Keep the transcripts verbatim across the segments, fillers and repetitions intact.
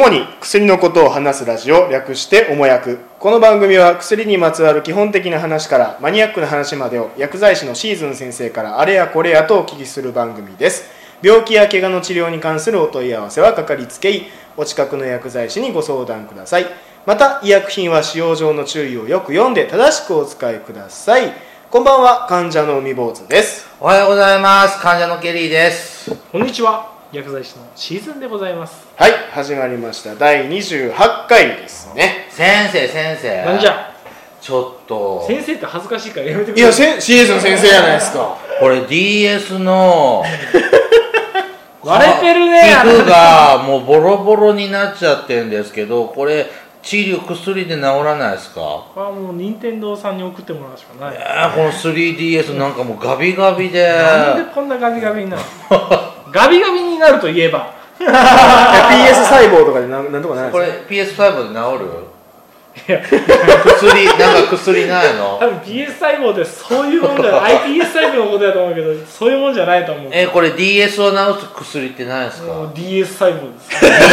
主に薬のことを話すラジオ、略しておもやく。この番組は薬にまつわる基本的な話からマニアックな話までを薬剤師のシーズン先生からあれやこれやとお聞きする番組です。病気や怪我の治療に関するお問い合わせはかかりつけ医、お近くの薬剤師にご相談ください。また医薬品は使用上の注意をよく読んで正しくお使いください。こんばんは、患者の海坊主です。 おはようございます。患者のケリーです。 こんにちは、薬剤師のシーズンでございます。 はい、始まりました。だいにじゅうはちかいですね。 先生先生、 なんじゃちょっと先生って恥ずかしいからやめてくいださい。 や、シーズン先生じゃないですか。 これ ディーエス の割れてるね。 皮膚がもうボロボロになっちゃってるんですけど、これ治療薬で治らないですか？ これはもう任天堂さんに送ってもらうしかない。 えー、この スリーディーエス なんかもうガビガビで、 なんでこんなガビガビになるガビガビになるといえばピーエス 細胞とかでなんなんとかなるんこれですか？ ピーエスファイブ で治る？ いや薬なんか薬ないの？ 多分 ピーエス 細胞ってそういうもんじゃない アイピーエス 細胞のことだと思うけど、そういうもんじゃないと思う。 えー、これ ディーエス を治す薬って何ですか？ もう ディーエス 細胞です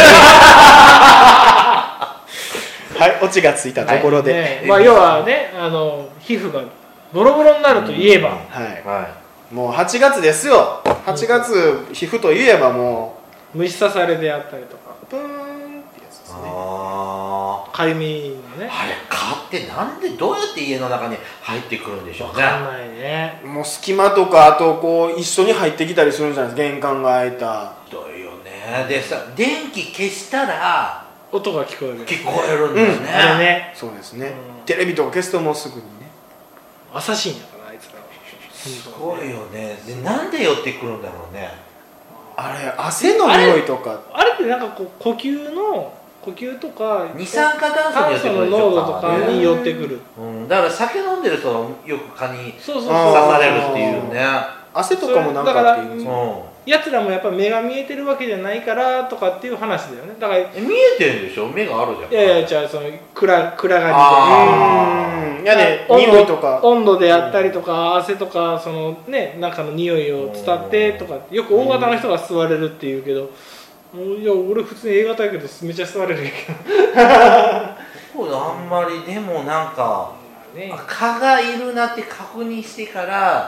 はい、オチがついたところで、 ね、まあ要はね、あの皮膚がボロボロになるといえば、 はい、 はもうはちがつですよ。はちがつ皮膚といえばも虫刺されであったりとか、 うプーンってやつですい。 ね。 かゆみのね、 あれ蚊ってなんでどうやって家の中に入ってくるんでしょうね。 わかんないね。 もう隙間とか、あとこう一緒に入ってきたりするんじゃないですか。玄関が開いた。 どうよね。でさ、電気消したら音が聞こえる。 聞こえるんだよね。 うん、あれね、 そうですね、 うん、 テレビとか消すともうすぐにね。 アサシンやからあいつらは。 すごいよね。でなんで寄ってくるんだろうね。 あれ汗の匂いとか。 あれってなんかこう呼吸の呼吸とか二酸化炭素に寄ってくる炭素のでしょ。 濃度とかに寄ってくる。 うん、だから酒飲んでる人はよく蚊にそうそうそう。 刺されるっていうね。 汗とかもなんかっていうんですか。 うん。 やつらもやっぱ目が見えてるわけじゃないからとかっていう話だよね。だからえ見えてるんでしょ。目があるじゃん。 いやいや、じゃあその暗暗がりで、 あーいやね、 温匂いとか度温度であったりとか、汗とかそのね中の匂いを伝ってとか、よく大型の人が吸われるっていうけど、いや俺普通に A 型やけどめっちゃ吸われるんやけど。 そうあんまりでもなんかね、 蚊がいるなって確認してから、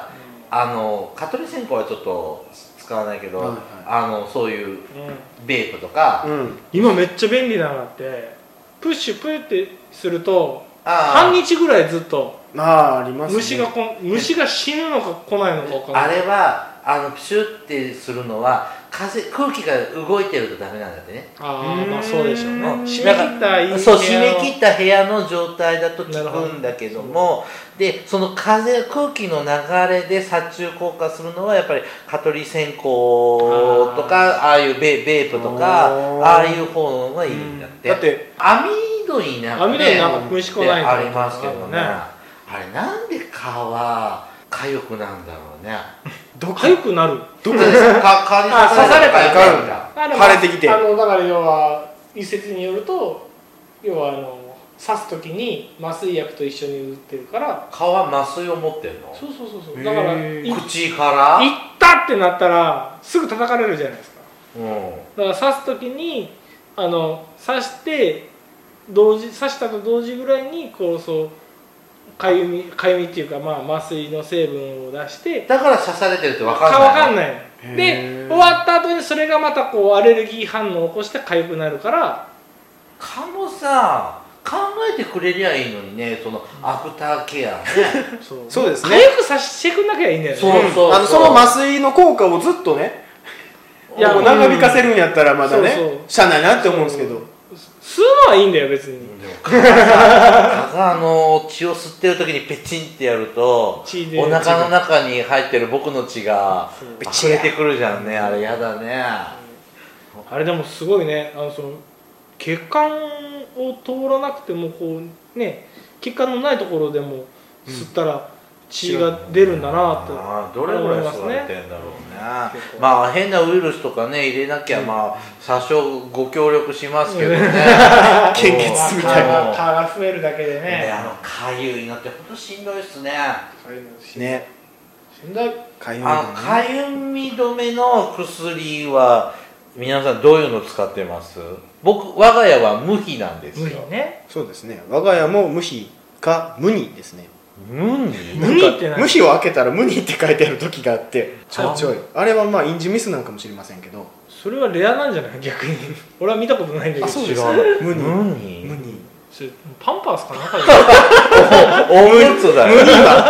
あの蚊取り線香はちょっと使わないけど、 はいはい、 あのそういううん、 ベープとか、 うん、 今めっちゃ便利なのがあって、プッシュプーってするとあ半日ぐらいずっとまあありますね。 虫がこん虫が死ぬのか来ないのか分かんない。 あれはあのプシュってするのは風空気が動いてるとダメなんだってね。 ああ、まあそうでしょうね。 うん締め切ったいい部屋のそう締め切った部屋の状態だと効くんだけども、でその風空気の流れで殺虫効果するのはやっぱり蚊取り線香とかああいうベベープとかああいう方がいいんだって。 だってアミドになんか網戸になんか虫来ないありますけどね。 ねあれなんで蚊は痒くなんだろうね。 どこ痒くなる。 どこですか？ か蚊にあ刺されたらかゆいんだ。 あでも腫れてきてあのだから要は一説によると、要はあの刺す時に麻酔薬と一緒に打ってるから。 蚊は麻酔を持ってるの？ そうそうそうそう。だからへーい口から？ 行ったってなったらすぐ叩かれるじゃないですか。 うん。 だから刺す時にあの刺して同時刺したと同時ぐらいにこうそうかゆみかゆみっていうか、まあ、麻酔の成分を出してだから刺されてるって分かんない。 か分かんない。 へーで終わった後にそれがまたこうアレルギー反応を起こして痒くなるから。 蚊もさ考えてくれりゃいいのにね、そのアフターケアね。 そうそうですね。 痒くさしてくんなきゃいいんだよね。 そうそうそう。 あのその麻酔の効果をずっとね、 いやこう長引かせるんやったらまだね、 そうそうしゃあないなって思うんですけど。 吸うのはいいんだよ別に。 でも蚊が蚊があの血を吸ってる時にペチンってやると血でお腹の中に入ってる僕の血がそう溢れてくるじゃんね。あれやだね。 あれでもすごいね、あのその血管を通らなくてもこうね、血管のないところでも吸ったら血が出るんだなってあーどれぐらい吸われてんだろうね。 結構まあ変なウイルスとかね入れなきゃ、まあ多少ご協力しますけどね。 献血みたいなもう蚊が増えるだけでね、 ね。 あのかゆいのってほんとしんどいっすね。 ね、 しんどい。 かゆみあのかゆみ止めの薬は皆さんどういうの使ってます？僕我が家は無比なんですよ。 無理ね。 そうですね、我が家も無比か無二ですね。 無に無二って何？ 無比を開けたら無二って書いてある時があってちょいちょいあれはまあ印字ミスなんかもしれませんけど、 それはレアなんじゃない逆に。俺は見たことないんだけど。 あそうです違う無二無に無二それパンパースかなんかでおむつだよ。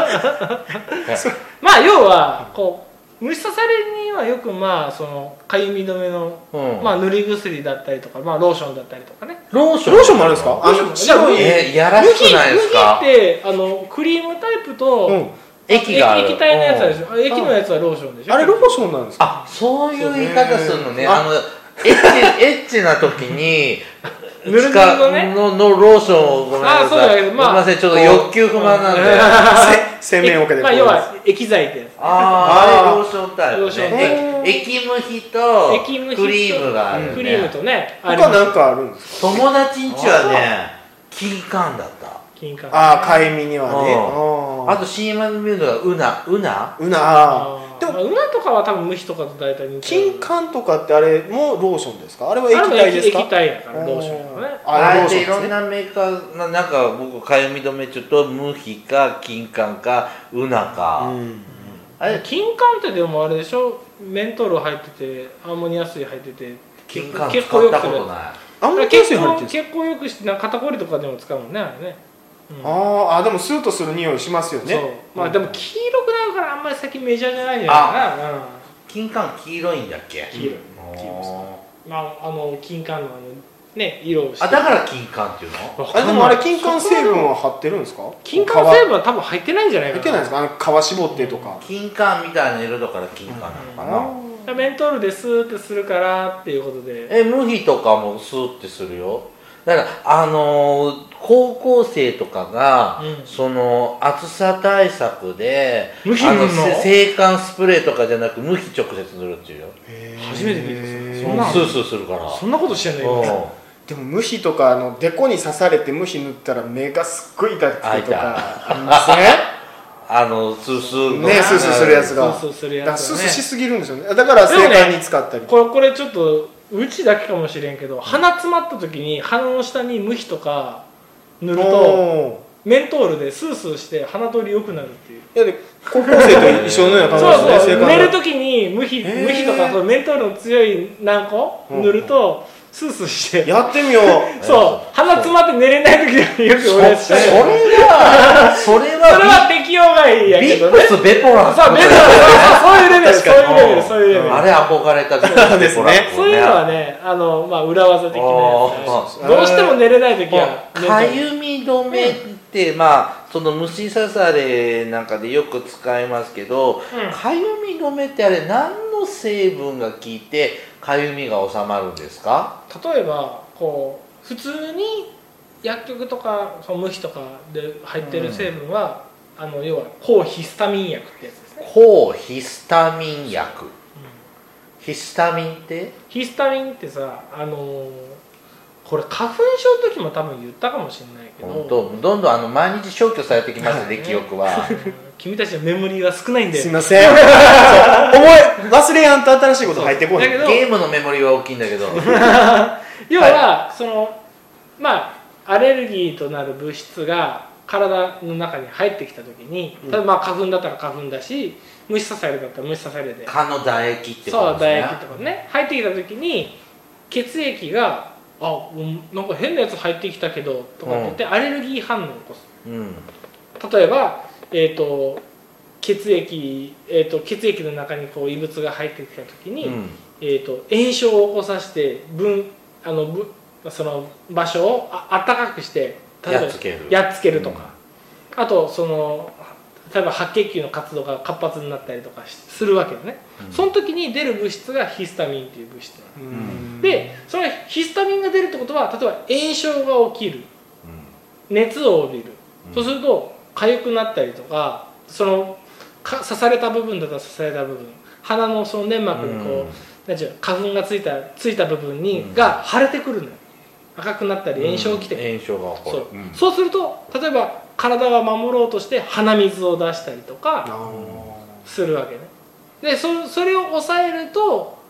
まあ要はこう虫刺されにはよくまあそのかゆみ止めの、 うんまあ塗り薬だったりとか、まあローションだったりとかね。 ローションローションもあるんですか？あのローション白い、 えいやらしくないですか？ 麦ってあのクリームタイプと、 うん液がある液体のやつあるでしょ。あ液のやつはローションでしょ。 あれローションなんですか？ あ、そういう言い方するのね。 そうあのエッチエッチな時に塗る使うのねののローションをごめんなさい。 あそうだけどまあごめんなさい、ちょっと欲求不満なんで。 うんせ洗面桶でまあ要は液剤ってやつ。 ああ、 あーあれローションタイプローションタね。 イ液ムヒと液ムヒとクリームがあるね。 クリームとね。あれ他なんかあるんですか？ 友達んちはね、金柑だった。 金柑。 ああかゆみにはね、 うんあと シーエム で見るのがウナウナうなああでもーまあウナとかは多分無比とかと大体似てる。 金柑とかってあれもローションですか？あれは液あれも体ですか？ 液体やからローションとかね。 ああれローションですねえていろんなメーカーな、なんか僕かゆみ止めちょっと無比か金柑かウナか、 うんあれ金柑ってでもあれでしょ、メントール入っててアンモニア水入ってて金柑結使った構よくすることない。 あんまり結構水入ってるんですか？ 結構よくしてなんか肩こりとかでも使うもんねあれね、うんあーあでもスーッとする匂いしますよね。 そうまあでも黄色くなるからあんまり最近メジャーじゃないんじゃないかな、うん、 金柑黄色いんだっけ？ 黄色いおー黄色いまああの金柑のあのね色をしてあだから金柑っていうの？ あでもあれ金柑成分は張ってるんですか？ 金柑成分は多分入ってないんじゃないかな。 入ってないですか？あの皮絞ってとか。 金柑みたいな色だから金柑なのかな、 メントールでスーッとするからっていうことで、 え無比とかもスーってするよ。だからあのー高校生とかが、 うんその暑さ対策で無比塗るのあのせ制汗スプレーとかじゃなく無比直接塗るっていうよ。 初めて聞いたそれそんもうなスースーするから。 そんなことしてんのうんよ。 でも無比とかあのデコに刺されて無比塗ったら目がすっごい痛くてとかありますね。 あのスースーのねスースーするやつが。 スースーするやだからつだねスースーしすぎるんですよね。だから正解に使ったり。 これこれちょっとうちだけかもしれんけど、鼻詰まった時に鼻の下に無比とか塗るとおメントールでスースーして鼻通り良くなるっていう。 ーいやで高校生と一緒のようなそう感じですね。 そう、 正解寝る時に無比へー無比とかそうメントールの強い軟膏塗るとスースーして、 やってみよう。 そう鼻詰まって寝れない時によくそ俺したそれよ。 はそれそれはは適用外やビけどね。 ップスベポラそう、メントールそういうレベル、そういうレベル、そういうレベル。 あれ憧れたそうですねそういうのはね、あのまあ裏技的なやつあーどうしても寝れない時はかゆみ止めってまあその虫刺されなんかでよく使いますけどうんかゆみ止めってあれ何の成分が効いてかゆみが収まるんですか？ 例えばこう普通に薬局とかその無比とかで入ってる成分は、あの要は抗ヒスタミン薬ってやつですね。 抗ヒスタミン薬、ヒスタミンってヒスタミンってさ、あのーこれ花粉症の時も多分言ったかもしれないけど、 本当どんどんあの毎日消去されてきますね記憶は。 うん君たちのメモリーが少ないんですいません。そう思い忘れやんと新しいこと入ってこない。 だけどゲームのメモリは大きいんだけど要は、そのまあアレルギーとなる物質が体の中に入ってきた時に、 うん例えばまあ花粉だったら花粉だし、虫刺されだったら虫刺されで、 蚊の唾液ってこそうとですね。 唾液とかね入ってきた時に血液があうんなんか変なやつ入ってきたけどとかって言って、アレルギー反応を起こす。 うん例えば、えー、と血液、えー、と血液の中にこう異物が入ってきた時に、 うんえー、と炎症を起こさせて分あのぶその場所をあ暖かくして例えばやっつけるやっつけるとか、あとその例えば白血球の活動が活発になったりとかしするわけよね、 うんその時に出る物質がヒスタミンっていう物質なの、 うんでそのヒスタミンが出るってことは例えば炎症が起きる、熱を帯びる、 うんそうすると痒くなったりとか、そのか刺された部分だったら刺された部分、鼻のその粘膜にこう、 うんなんていうの花粉がついたついた部分に、 うんが腫れてくるのよ。赤くなったり炎症が起きてくる、 炎症が起こそうる、うんそうすると例えば体が守ろうとして鼻水を出したりとかあするわけね。で そ, それを抑えると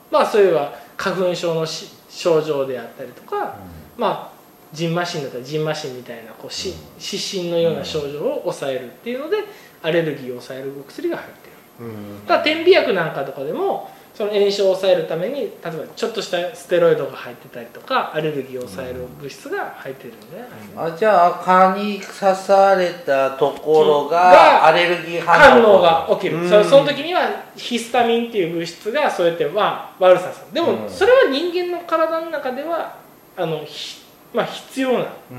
まあそういえば花粉症のし症状であったりとか、まあジンマシンだったらジンマシンみたいなこうし湿疹のような症状を抑えるっていうのでアレルギーを抑えるお薬が入ってる。だから点鼻薬なんかとかでもその炎症を抑えるために例えばちょっとしたステロイドが入ってたりとかアレルギーを抑える物質が入ってるんで、 あじゃあ蚊に刺されたところがアレルギー反応反応が起きる。そその時にはヒスタミンっていう物質がそうやってまあ悪さする。でもそれは人間の体の中ではあのひまあ必要な、 うん、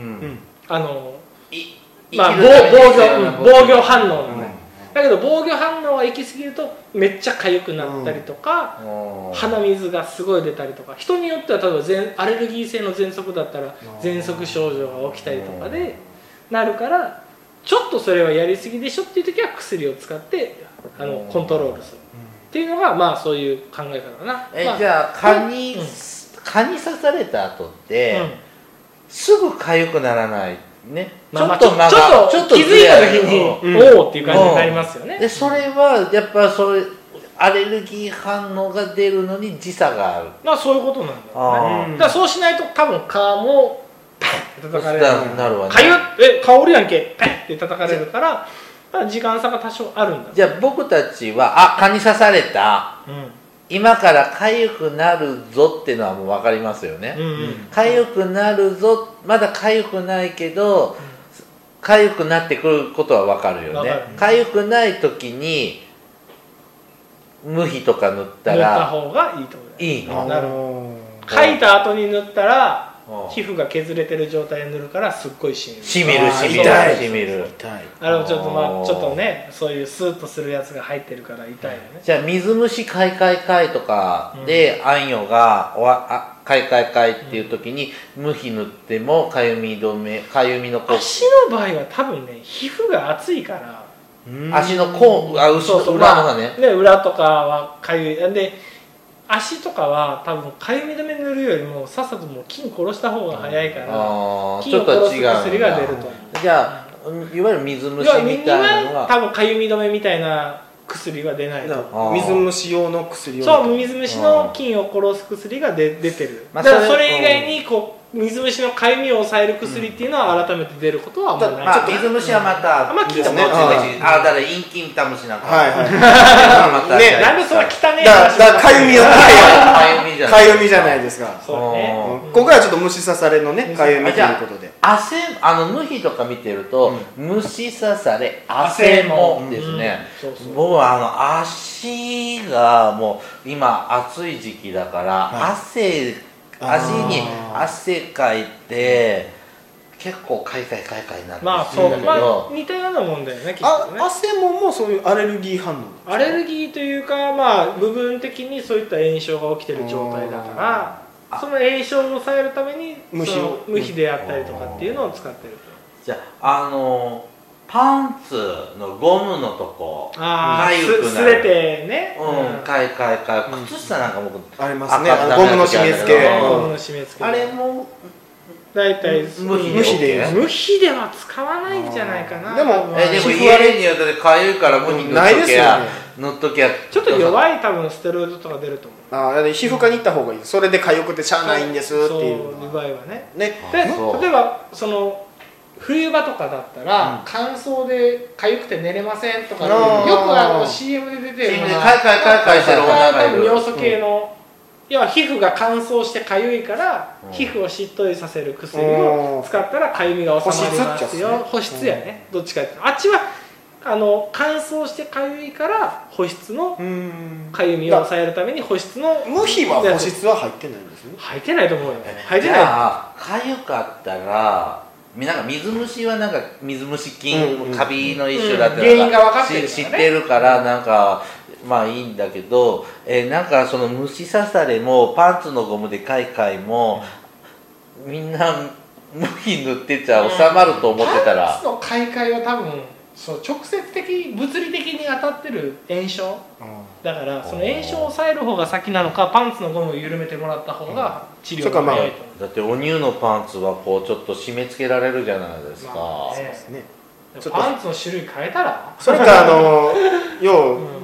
あのいまあ防御防御反応なのね。だけど防御反応が行き過ぎるとめっちゃ痒くなったりとか、うん、鼻水がすごい出たりとか、人によっては例えば全アレルギー性の喘息だったら喘息症状が起きたりとかでなるから、ちょっとそれはやりすぎでしょっていう時は薬を使ってあのコントロールするっていうのがまあそういう考え方だな。 え、 まあ、 じゃあ蚊に、うん、蚊に刺された後って、うん、すぐ痒くならないね、 ちょっと間がちょっと気づいた時に、うん、おおっていう感じになりますよね。 でそれはやっぱそれアレルギー反応が出るのに時差がある。 まあそういうことなんだろうね。だからそうしないと多分蚊もパンって叩かれる。 なるわね。 かゆっえ香りやんけパンって叩かれるから、時間差が多少あるんだ。 じゃあ僕たちはあ蚊に刺された。うん、今から痒くなるぞっていうのはもう分かりますよね。痒、うん、くなるぞ、まだ痒くないけど痒、うん、くなってくることは分かるよね。痒くない時に無比とか塗ったら塗った方がいいと思う。 いいの。 なるほど。描いた後に塗ったら皮膚が削れてる状態で塗るからすっごいしみる。 しみるしみるしみる。 あれもちょっとまあちょっとねそういうスーッとするやつが入ってるから痛いよね。 じゃあ水虫かいかいかいとかであんよがおわあかいかいかいっていう時に無比塗ってもかゆみ止めかゆみの効果。足の場合は多分ね皮膚が厚いから。 足の甲あ後ろ裏のね。 ね裏とかはかゆいで。足とかは多分かゆみ止め塗るよりもさっさともう菌殺した方が早いから菌を殺す薬が出ると思う。 じゃあいわゆる水虫みたいなのが多分かゆみ止めみたいな薬は出ない。 水虫用の薬をそう水虫の菌を殺す薬が出てる。だからそれ以外にこう水虫のかゆみを抑える薬っていうのは改めて出ることはあんまりない。 まあ水虫はまたあまあ聞いたことないし、あだから陰菌タムシなんかはいはいねなんでそれ汚ねえだからかゆみはかゆみじゃないですか。 そうね。 今回はちょっと虫刺されのねかゆみということで。 汗あの無比とか見てると虫刺され汗もですね。僕はあの足がもう今暑い時期だから汗足に汗かいて結構かいかいかいかいになってまあそうまあ似たようなもんだよねきっとね。 汗ももそういうアレルギー反応。 アレルギーというかまあ部分的にそういった炎症が起きてる状態だからその炎症を抑えるために無比を無比であったりとかっていうのを使ってると。 じゃああのパンツのゴムのとこかゆくなる。 すれてね。 うん、かいかいかい。靴下なんか僕ありますね。ゴムの締め付け。 ゴムの締め付け。 あれも大体無比で無比では使わないんじゃないかな。 でもえでも家によってかゆいから無比塗っときゃ塗っときゃ。 ちょっと弱い多分ステロイドとか出ると思う。 ああ皮膚科に行った方がいい。それでかゆくてしゃあないんですっていう。 そういう場合はね。 ね。 で例えばその冬場とかだったら、うん、乾燥で痒くて寝れませんとか、ね、よくあの シーエム で出てるのがかいかいかいかいしてる女がいる尿素系の、うん、要は皮膚が乾燥して痒いから、うん、皮膚をしっとりさせる薬を使ったら痒みが収まりますよ。保湿やね、うん、どっちかってあっちはあの乾燥して痒いから保湿の痒みを抑えるために保湿の無比は保湿は入ってないんですね。 入ってないと思うよ。入ってない。 じゃあ痒かったらなんか水虫はなんか水虫菌、うん、カビの一種だって、 うん、原因が分かってるから、ね、 知ってるからなんかまあいいんだけど、えー、なんかその虫刺されもパンツのゴムでかいかいもみんな無比塗ってちゃ収まると思ってたら、 パンツのかいかいは多分そう直接的物理的に当たってる炎症だからその炎症を抑える方が先なのかパンツのゴムを緩めてもらった方が治療が早いと思う。 だってお乳のパンツはこうちょっと締め付けられるじゃないですか、まあね、 そうですね。パンツの種類変えたらそれかあの要、うん、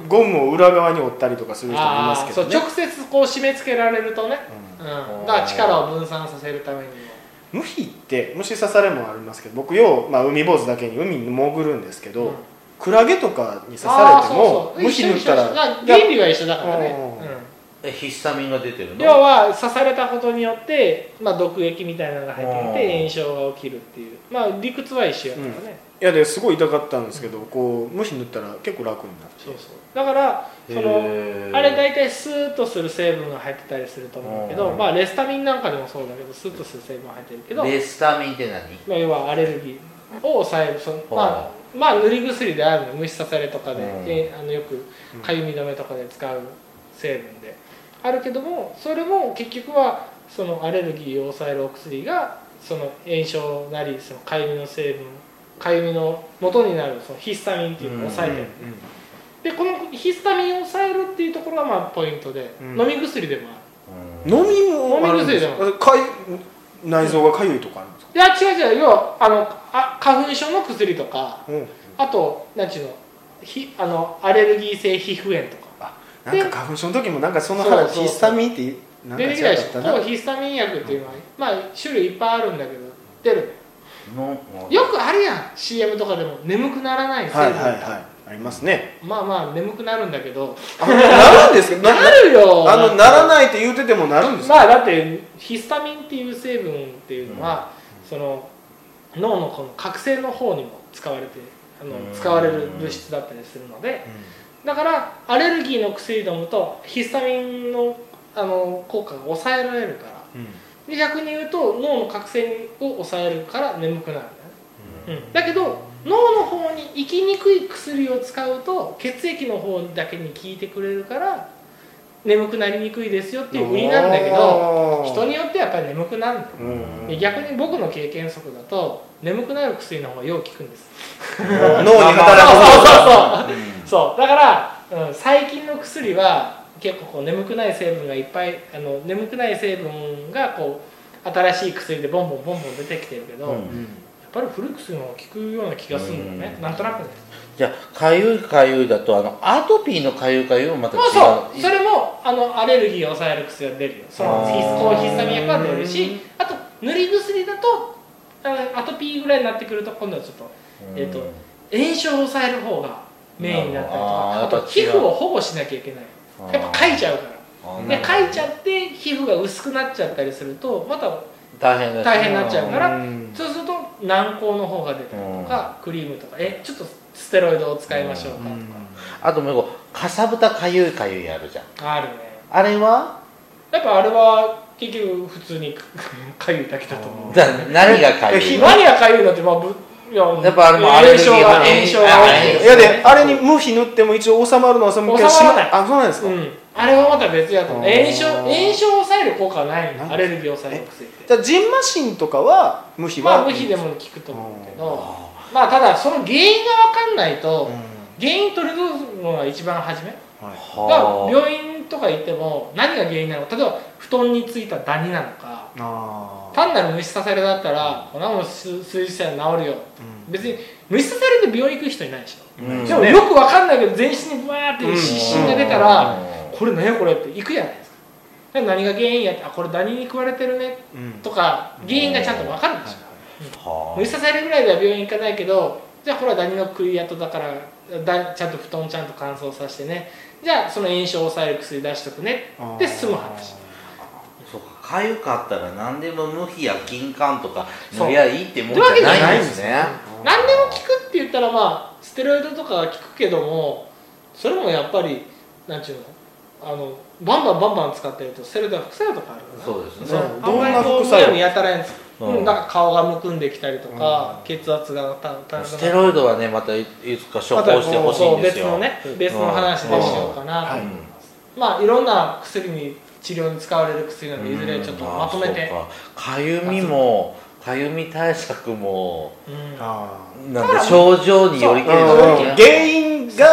ゴムを裏側に折ったりとかする人もいますけどね。 そう直接こう締め付けられるとね、うんうん、だから力を分散させるためにもムヒって虫刺されもありますけど、僕よう、まあ、海坊主だけに海に潜るんですけど、うん、クラゲとかに刺されてもムヒ塗ったら原理は一緒だからね、 うん、ヒスタミンが出てるの？ 要は刺されたことによって、まあ、毒液みたいなのが入ってきて炎症が起きるっていう、まあ理屈は一緒やからね、うん、いやですごい痛かったんですけど、こうムヒ塗ったら結構楽になって、 そうそうだからそのあれ大体スーッとする成分が入ってたりすると思うけど、まあレスタミンなんかでもそうだけどスーッとする成分が入ってるけど、 レスタミンって何？ まあ、要はアレルギーを抑える、そのまあまあ塗り薬であるの、虫刺されとかで、うん、あのよくかゆみ止めとかで使う成分であるけども、それも結局はそのアレルギーを抑えるお薬がその炎症なりそのかゆみの成分、かゆみの元になるそのヒスタミンっていうのを抑えてる、うんうんうん、でこのヒスタミンを抑えるっていうところがまあポイントで、うん、飲み薬でもある、 うん、飲みも飲み薬でもある、 かゆ内臓がかゆいとかあるんですか？ いや違う違う、要はあのあ花粉症の薬とか、うん、あと何ちゅうの、ひあのアレルギー性皮膚炎とか、 あなんか花粉症の時もなんかその話ヒスタミンってなんか違うったな、ヒスタミン薬っていうのは、うん、まあ種類いっぱいあるんだけど出るよくあるやん シーエム とかでも眠くならない成分、はいはいはい、 ありますね。 まあまあ眠くなるんだけどなるんですか？ なるよ。 あのならないって言うててもなるんですか？ まあだってヒスタミンっていう成分っていうのは、うん、その脳のこの覚醒の方にも使われてあの使われる物質だったりするので、うん、だからアレルギーの薬飲むとヒスタミンのあの効果が抑えられるから、うん、で逆に言うと脳の覚醒を抑えるから眠くなるんだよね、うん、だけど脳の方に行きにくい薬を使うと血液の方だけに効いてくれるから眠くなりにくいですよっていう売りなんだけど、人によってやっぱり眠くなるんだよ、うん、で逆に僕の経験則だと眠くなる薬の方がよう効くんです脳に働くそうそうそう、うん、そうだから、うん、最近の薬は結構こう眠くない成分がいっぱいあの眠くない成分がこう新しい薬でボンボンボンボン出てきてるけど、うん、やっぱり古い薬の方が効くような気がするんだよね、うん、なんとなくね。 じゃあかゆいかゆいだとあのアトピーのかゆいかゆいもまた違う。 そうそれもあのアレルギーを抑える薬が出るよ。そのヒスヒスタミン薬は出るし、あと塗り薬だとあのアトピーぐらいになってくると今度はちょっと、えーと、炎症を抑える方がメインになったりとか、あと皮膚を保護しなきゃいけない。やっぱかいちゃうからでかいちゃって皮膚が薄くなっちゃったりするとまた大変大変になっちゃうから、そうすると軟膏の方が出たりとかクリームとかえちょっとステロイドを使いましょうかとか、 あともう一個かさぶたかゆいかゆいあるじゃん。 あるね。 あれはやっぱあれは結局普通にかゆいだけだと思う。 だ何がかゆい何がかゆいのってまあぶやっぱあれもアレルギー炎症がいやであれに無比塗っても一応収まるのは収まるけど、 収まらない。 あ、そうなんですか、 うん、あれはまた別やと思う。炎症炎症を抑える効果はないの。アレルギーを抑える薬って。 じゃあジンマシンとかは無比はまあ無比でも効くと思うけど、まあただその原因が分かんないと、うん、原因取り除くのが一番初め、はい、病院とか行っても何が原因なのか、例えば布団についたダニなのか、あ単なる虫刺されだったらこんなもん数日したら治るよ、うん、別に虫刺されて病院行く人いないでしょ、うん、でもよく分かんないけど全身にブワーって湿疹が出たら、うん、これ何やこれって行くじゃないですか。で何が原因やって、あこれダニに食われてるね、うん、とか原因がちゃんと分かるんですよ、うん、虫刺されるぐらいでは病院行かないけど、じゃあこれはダニの食い跡だからだちゃんと布団ちゃんと乾燥させてね、じゃあその炎症を抑える薬出しとくねって済む話。 そうか、かゆかったら何でも無比や金柑とか塗りゃいいってもんじゃないんですね。 何でも効くって言ったらまあステロイドとかは効くけども、それもやっぱりなんちゅうの、あのバンバンバンバン使ってるとステロイドは副作用とかあるから、 そうですね。 あんまりこうむやみやたらやんです、うん、なんか顔がむくんできたりとか、うん、血圧が高くなる。 ステロイドはねまたいつか処方してほしいんですよ。 別のね、別の話でしようかな、うんうん、まあいろんな薬に治療に使われる薬なのでいずれちょっとまとめて、 かゆみもかゆみ対策も、うん、なんで症状によりけり、 原因が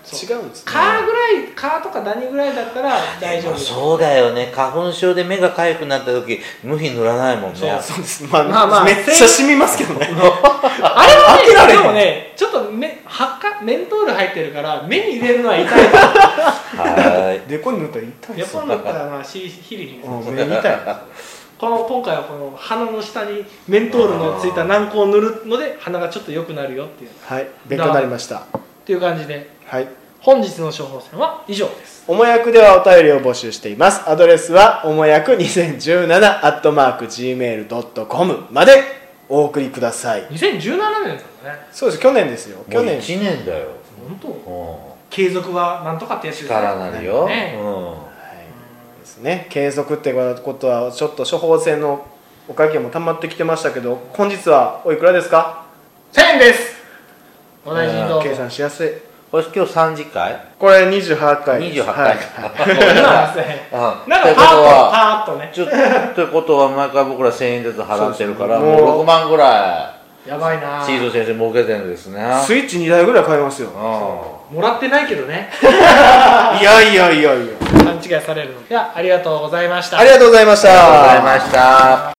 違うんですね。 カーぐらい、カーとかダニぐらいだったら大丈夫です。 そうだよね、花粉症で目が痒くなった時無比塗らないもんね。 そうです。まあ、 まあまあめっちゃ染みますけどね。 あれは開けられへんね、でもね、ちょっと目、はっか、メントール入ってるから目に入れるのは痛い。 はいでこに塗ったら痛いですよ。 横に塗ったらまあヒリヒリです。 うん目痛い。 この今回はこの鼻の下にメントールのついた軟膏を塗るので鼻がちょっと良くなるよっていうはい、勉強になりました。 っていう感じで、 はい。 本日の処方箋は以上です。 おもやくではお便りを募集しています。アドレスはおもやくにせんじゅうななアットマークジーメールドットコム までお送りください。 にせんじゅうななねんだね。 そうです。去年ですよ。去もう年。 いちねんだよ。 本当。 うん継続はなんとかってやつですね。 力なるよ、 ねうんですね。継続ってことはちょっと処方箋のお会計も溜まってきてましたけど、本日はおいくらですか？ せんえんです。お大事にどうぞ。 計算しやすい。 これ今日さんじかいこれにじゅうはちかいです。 にじゅうはちかいはい今せんえんうんなんかというパーッとことはパーッとね。 ちょということは毎回僕らせんえんずつ払ってるからそうですねもうろくまんぐらやばいないシード先生儲けてるんですね。 スイッチにだいぐらい買いますよ。 うもらってないけどね。 いやいやいやいや。 勘違いされるの。いや、ありがとうございました。 ありがとうございましんありがとうございた。 ました。